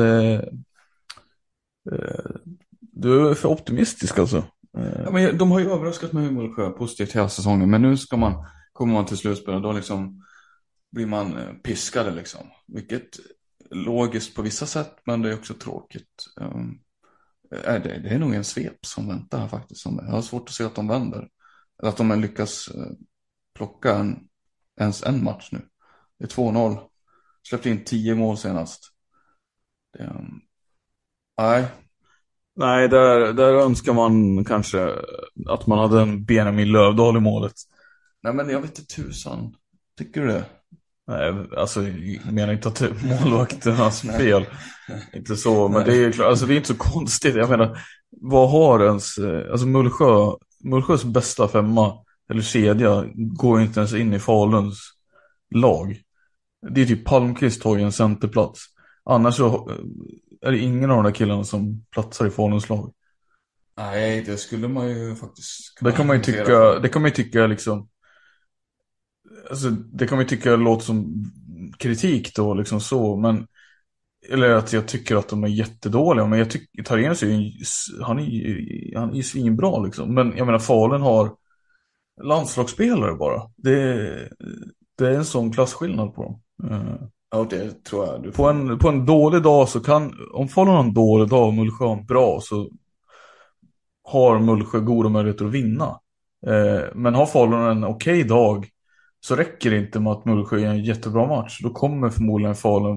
du är för optimistisk alltså. Ja, men de har ju överraskat mig i Mullsjö positivt hela säsongen, men nu kommer man till slutspel och då liksom blir man piskade liksom. Vilket logiskt på vissa sätt, men det är också tråkigt. Det är nog en svep som väntar här faktiskt. Jag har svårt att se att de vänder. Eller att de lyckas plocka ens en match nu. Det är 2-0. Släppte in 10 mål senast. Nej, där önskar man kanske att man hade en Benjamin Lövdahl i målet. Nej, men jag vet inte tusan. Tycker du det? Nej, alltså jag menar inte att målvakternas fel. Inte så, men det är ju klart, alltså det är inte så konstigt. Jag menar, vad har ens, alltså Mullsjös bästa femma eller kedja går inte ens in i Faluns lag. Det är typ Palmqvist har ju en centerplats. Annars så är det ingen av de där killarna som platsar i Faluns lag. Nej, det skulle man ju faktiskt det kan man ju tycka liksom. Alltså, det kan man ju tycka låter som kritik då liksom så, men eller att jag tycker att de är jättedåliga, men jag tycker Tarens han är svinbra liksom, men jag menar Falun har landslagsspelare bara. Det är en sån klasskillnad på dem. Ja, det tror jag du på en dålig dag så kan, om Falun har en dålig dag och Mullsjö har en bra, så har Mullsjö goda möjligheter att vinna. Men har Falun en okej dag så räcker det inte med att Mullsjö är en jättebra match. Då kommer förmodligen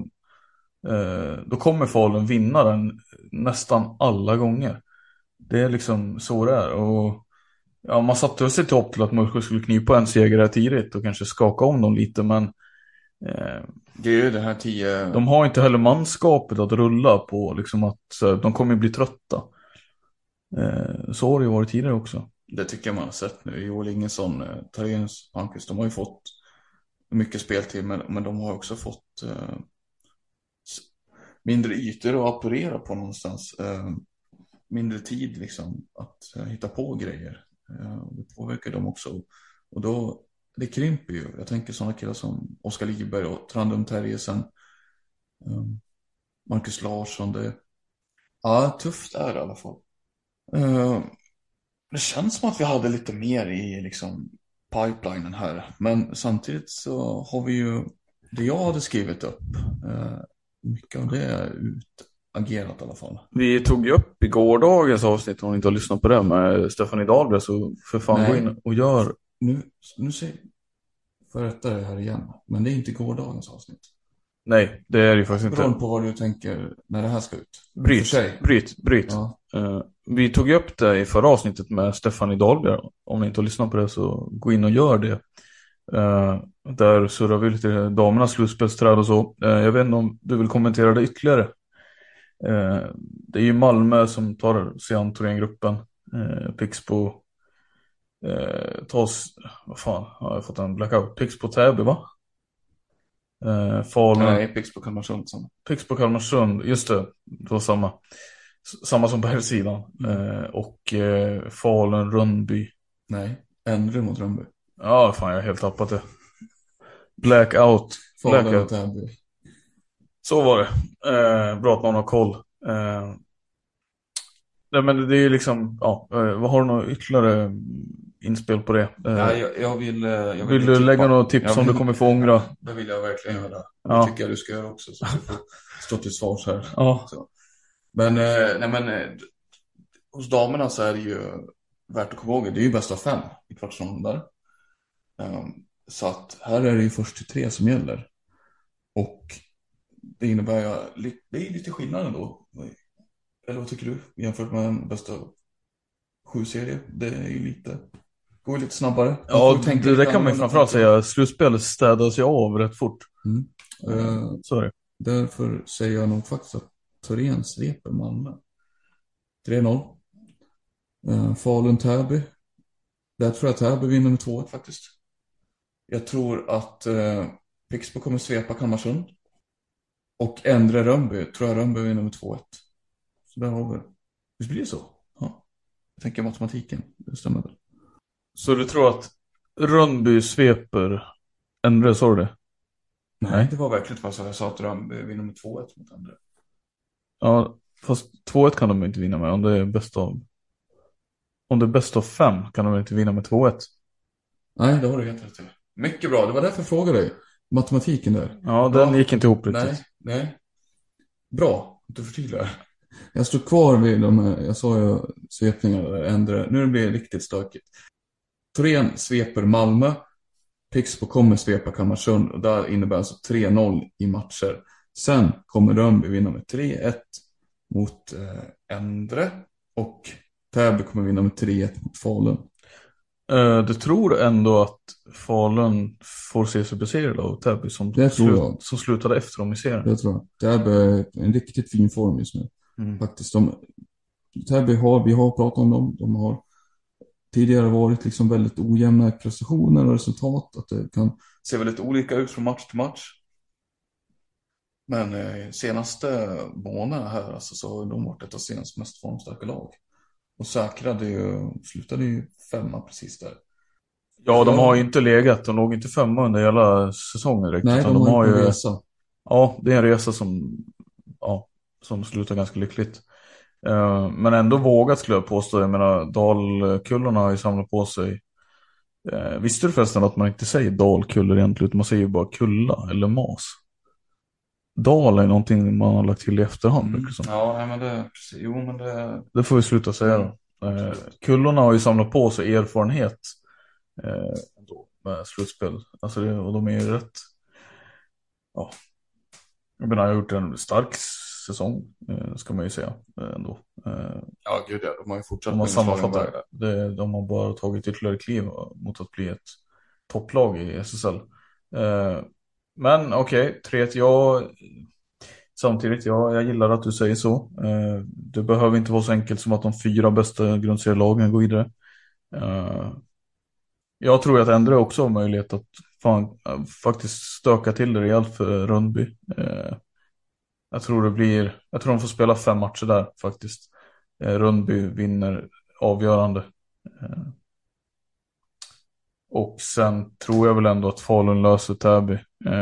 Falun vinna den nästan alla gånger. Det är liksom så det är. Och ja, man satte sig till hopp till att Mullsjö skulle knipa en seger här tidigt och kanske skaka om dem lite, men det är ju det här 10. De har inte heller manskapet att rulla på liksom, att så, de kommer bli trötta. Så har det ju varit tidigare också. Det tycker jag man har sett nu. Joel Ingesson, Tarens, Palmqvist, de har ju fått mycket speltid, men de har också fått mindre ytor att operera på någonstans. Mindre tid liksom att hitta på grejer. Det påverkar dem också. Och då, det krymper ju. Jag tänker sådana killar som Oskar Liberg och Trandum Terjesen, Marcus Larsson. Tufft är det i alla fall. Det känns som att vi hade lite mer i liksom pipelinen här. Men samtidigt så har vi ju det jag hade skrivit upp. Mycket av det är utagerat i alla fall. Vi tog ju upp i gårdagens avsnitt, om ni inte har lyssnat på det, med Stefan Dahlberg, så för fan gå in och gör. Nu säger får jag rätta det här igen. Men det är inte gårdagens avsnitt. Nej, det är ju faktiskt inte. Beroende på vad du tänker när det här ska ut. Bryt. Ja. Vi tog upp det i förra avsnittet med Stefan Dahlberg. Om ni inte har lyssnat på det så gå in och gör det. Där surrar vi lite damernas slutspelsträd och så. Jag vet inte om du vill kommentera det ytterligare. Det är ju Malmö som tar sig an Thorengruppen. Pixbo tas, vad fan har jag fått en blackout? Pixbo Täby, va? Nej, Pixbo Kalmarsund. Pixbo Kalmarsund, just det var samma. Samma som på här sidan. Och Falun, Rönnby. Nej, Endre mot Rönnby. Ja, fan, jag har helt tappat det. Blackout. Falun och Täby. Så var det. Bra att man har koll. Nej, men det är ju liksom, ja, vad har du något ytterligare inspel på det? Jag vill du lägga något tips som du kommer få ångra? Det vill jag verkligen göra. Ja. Det tycker jag du ska göra också, så du får stå till svars här. Ja. Så. Men, hos damerna så är det ju värt att komma ihåg, det är ju bäst av 5 i kvartsrundan där. Så att här är det ju först till 3 som gäller. Och det innebär ju, det är lite skillnad ändå. Eller vad tycker du? Jämfört med en bästa 7-serie. Det är ju lite, går lite snabbare. Ja, det kan man ju framförallt säga. Slutspelet städas ju av rätt fort. Så är det. Därför säger jag nog faktiskt att Torén sveper Malmö. 3-0. Falun-Täby. Där tror jag att Täby vinner med 2-1 faktiskt. Jag tror att Pixbo kommer svepa Kalmarsund. Och Endre Rönnby, tror jag Rönnby vinner med 2-1. Så där har vi. Visst blir det så? Ja. Jag tänker matematiken, det stämmer väl. Så du tror att Rönnby sveper Endre, sa du det? Nej, det var verkligen vad jag sa, att Rönnby vinner med 2-1 mot Endre. Ja, fast 2-1 kan de inte vinna med om det är bäst av... Om det är bäst av 5 kan de inte vinna med 2-1. Nej, det har du helt rätt till. Mycket bra, det var därför jag frågade dig. Matematiken där. Ja, den gick inte ihop riktigt. Nej. Bra, du förtydligar. Jag står kvar vid de här, jag sa ju svepningar där, Endre. Nu blir det riktigt stökigt. Torén sveper Malmö. Pixbo kommer svepa Kalmarsund. Och där innebär alltså 3-0 i matcher. Sen kommer Rönnby vinna med 3-1 mot Endre. Och Täby kommer vinna med 3-1 mot Falun. Du tror ändå att Falun får se sig besegrade av Täby som slutade efter dem i serien? Det tror jag. Täby är en riktigt fin form just nu. Faktiskt. Täby vi har pratat om dem. De har tidigare varit liksom väldigt ojämna prestationer och resultat. Att det kan se väldigt olika ut från match till match. Men senaste månaderna här alltså, så har de varit ett av senaste mest formstarka lag. Och slutade ju 5 precis där. Ja, de har ju inte legat. De låg inte 5 under hela säsongen direkt. Nej, de har ju en resa. Ja, det är en resa som slutar ganska lyckligt. Men ändå vågat, skulle jag påstå. Jag menar, Dalkullorna har ju samlat på sig. Visste du förresten att man inte säger Dalkullor egentligen, utan man säger bara Kulla eller Mas? Dal är någonting man har lagt till i efterhand. Ja, nej, men det får vi sluta säga då. Kullorna har ju samlat på sig erfarenhet med slutspel. Alltså och de är ju rätt. Ja. Jag menar, jag har gjort en stark säsong, ska man ju säga ändå. Ja, gud ja, de har ju fortsatt. De har sammanfattat det. De har bara tagit ytterligare kliv mot att bli ett topplag i SSL. Men okej, 3-1. Samtidigt, jag gillar att du säger så. Det behöver inte vara så enkelt som att de 4 bästa grundserielagen går vidare. Jag tror att Endre också har möjlighet att faktiskt stöka till det rejält för Rönnby. Jag tror de får spela 5 matcher där faktiskt. Rönnby vinner avgörande. Och sen tror jag väl ändå att Falun löser Täby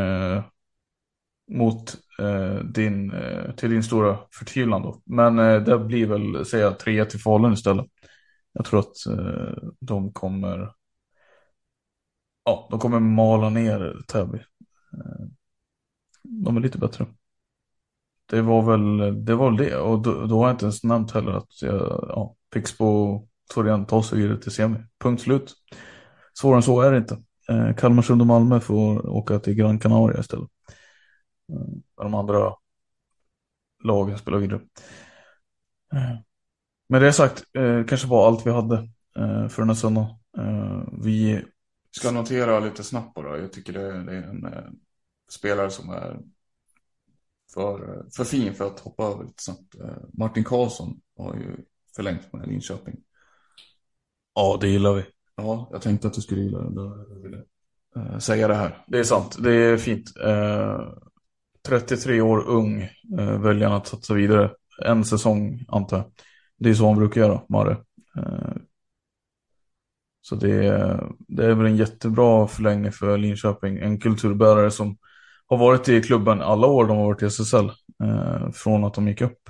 till din stora förtvivlan då. Men det blir väl, säga 3 till Falun istället. Jag tror att de kommer mala ner Täby. De är lite bättre. Det var väl det. Och då har jag inte ens nämnt heller att Pixbo Torén tar sig vidare till semi. Punkt slut. Svårare än så är det inte. Kalmarsund och Malmö får åka till Gran Canaria istället. De andra lagen spelar vidare. Men det sagt, kanske var allt vi hade för den här söndagen. Vi ska notera lite snabbt bara. Jag tycker det är en spelare som är för fin för att hoppa över lite snabbt. Martin Karlsson har ju förlängt med Linköping. Ja, det gillar vi. Ja, jag tänkte att du skulle gilla det. Jag ville säga det här. Det är sant, det är fint. 33 år ung, väljer att satsa vidare. en säsong antar jag. Det är så han brukar göra, Marre. Så det är väl en jättebra förlängning för Linköping. En kulturbärare som har varit i klubben alla år de har varit i SSL. Från att de gick upp.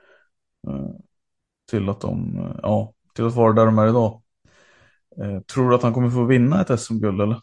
Till att till att vara där de är idag. Tror du att han kommer få vinna ett SM-guld eller?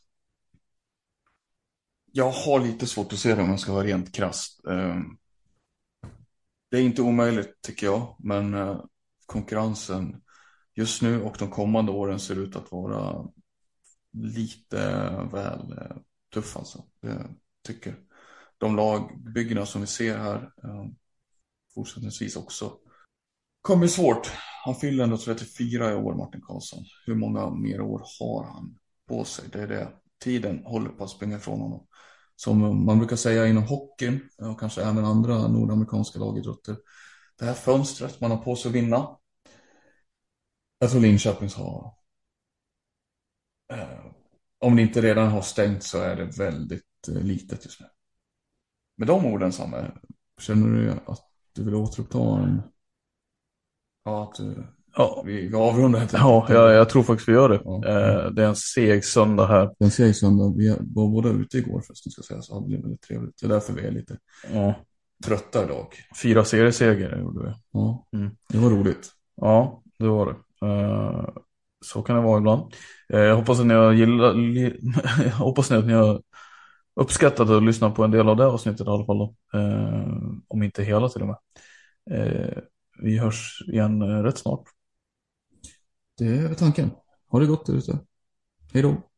Jag har lite svårt att se det om jag ska vara rent krasst. Det är inte omöjligt tycker jag, men konkurrensen just nu och de kommande åren ser ut att vara lite väl tuff alltså. Jag tycker de lagbyggena som vi ser här fortsättningsvis också kommer svårt. Han fyller ändå 34 i år, Martin Karlsson. Hur många mer år har han på sig? Det är det. Tiden håller på att springa ifrån honom. Som man brukar säga inom hockeyn och kanske även andra nordamerikanska lagidrotter. Det här fönstret man har på sig att vinna. Jag tror Linköpings har... om det inte redan har stängt så är det väldigt litet just nu. Med de orden, Samme, känner du att du vill återuppta en... Ja, vi avrundar helt enkelt. Ja, jag tror faktiskt vi gör det. Ja. Det är en seg söndag här. Det är en seg söndag. Vi var båda ute igår förresten, ska säga, så det blev väldigt trevligt. Det är därför vi är lite trötta idag. 4 serieseger gjorde vi. Ja, det var roligt. Ja, det var det. Så kan det vara ibland. Jag hoppas att ni har uppskattat att lyssna på en del av det avsnittet i alla fall då. Om inte hela till och med. Vi hörs igen rätt snart. Det är tanken. Ha det gott där ute. Hej då.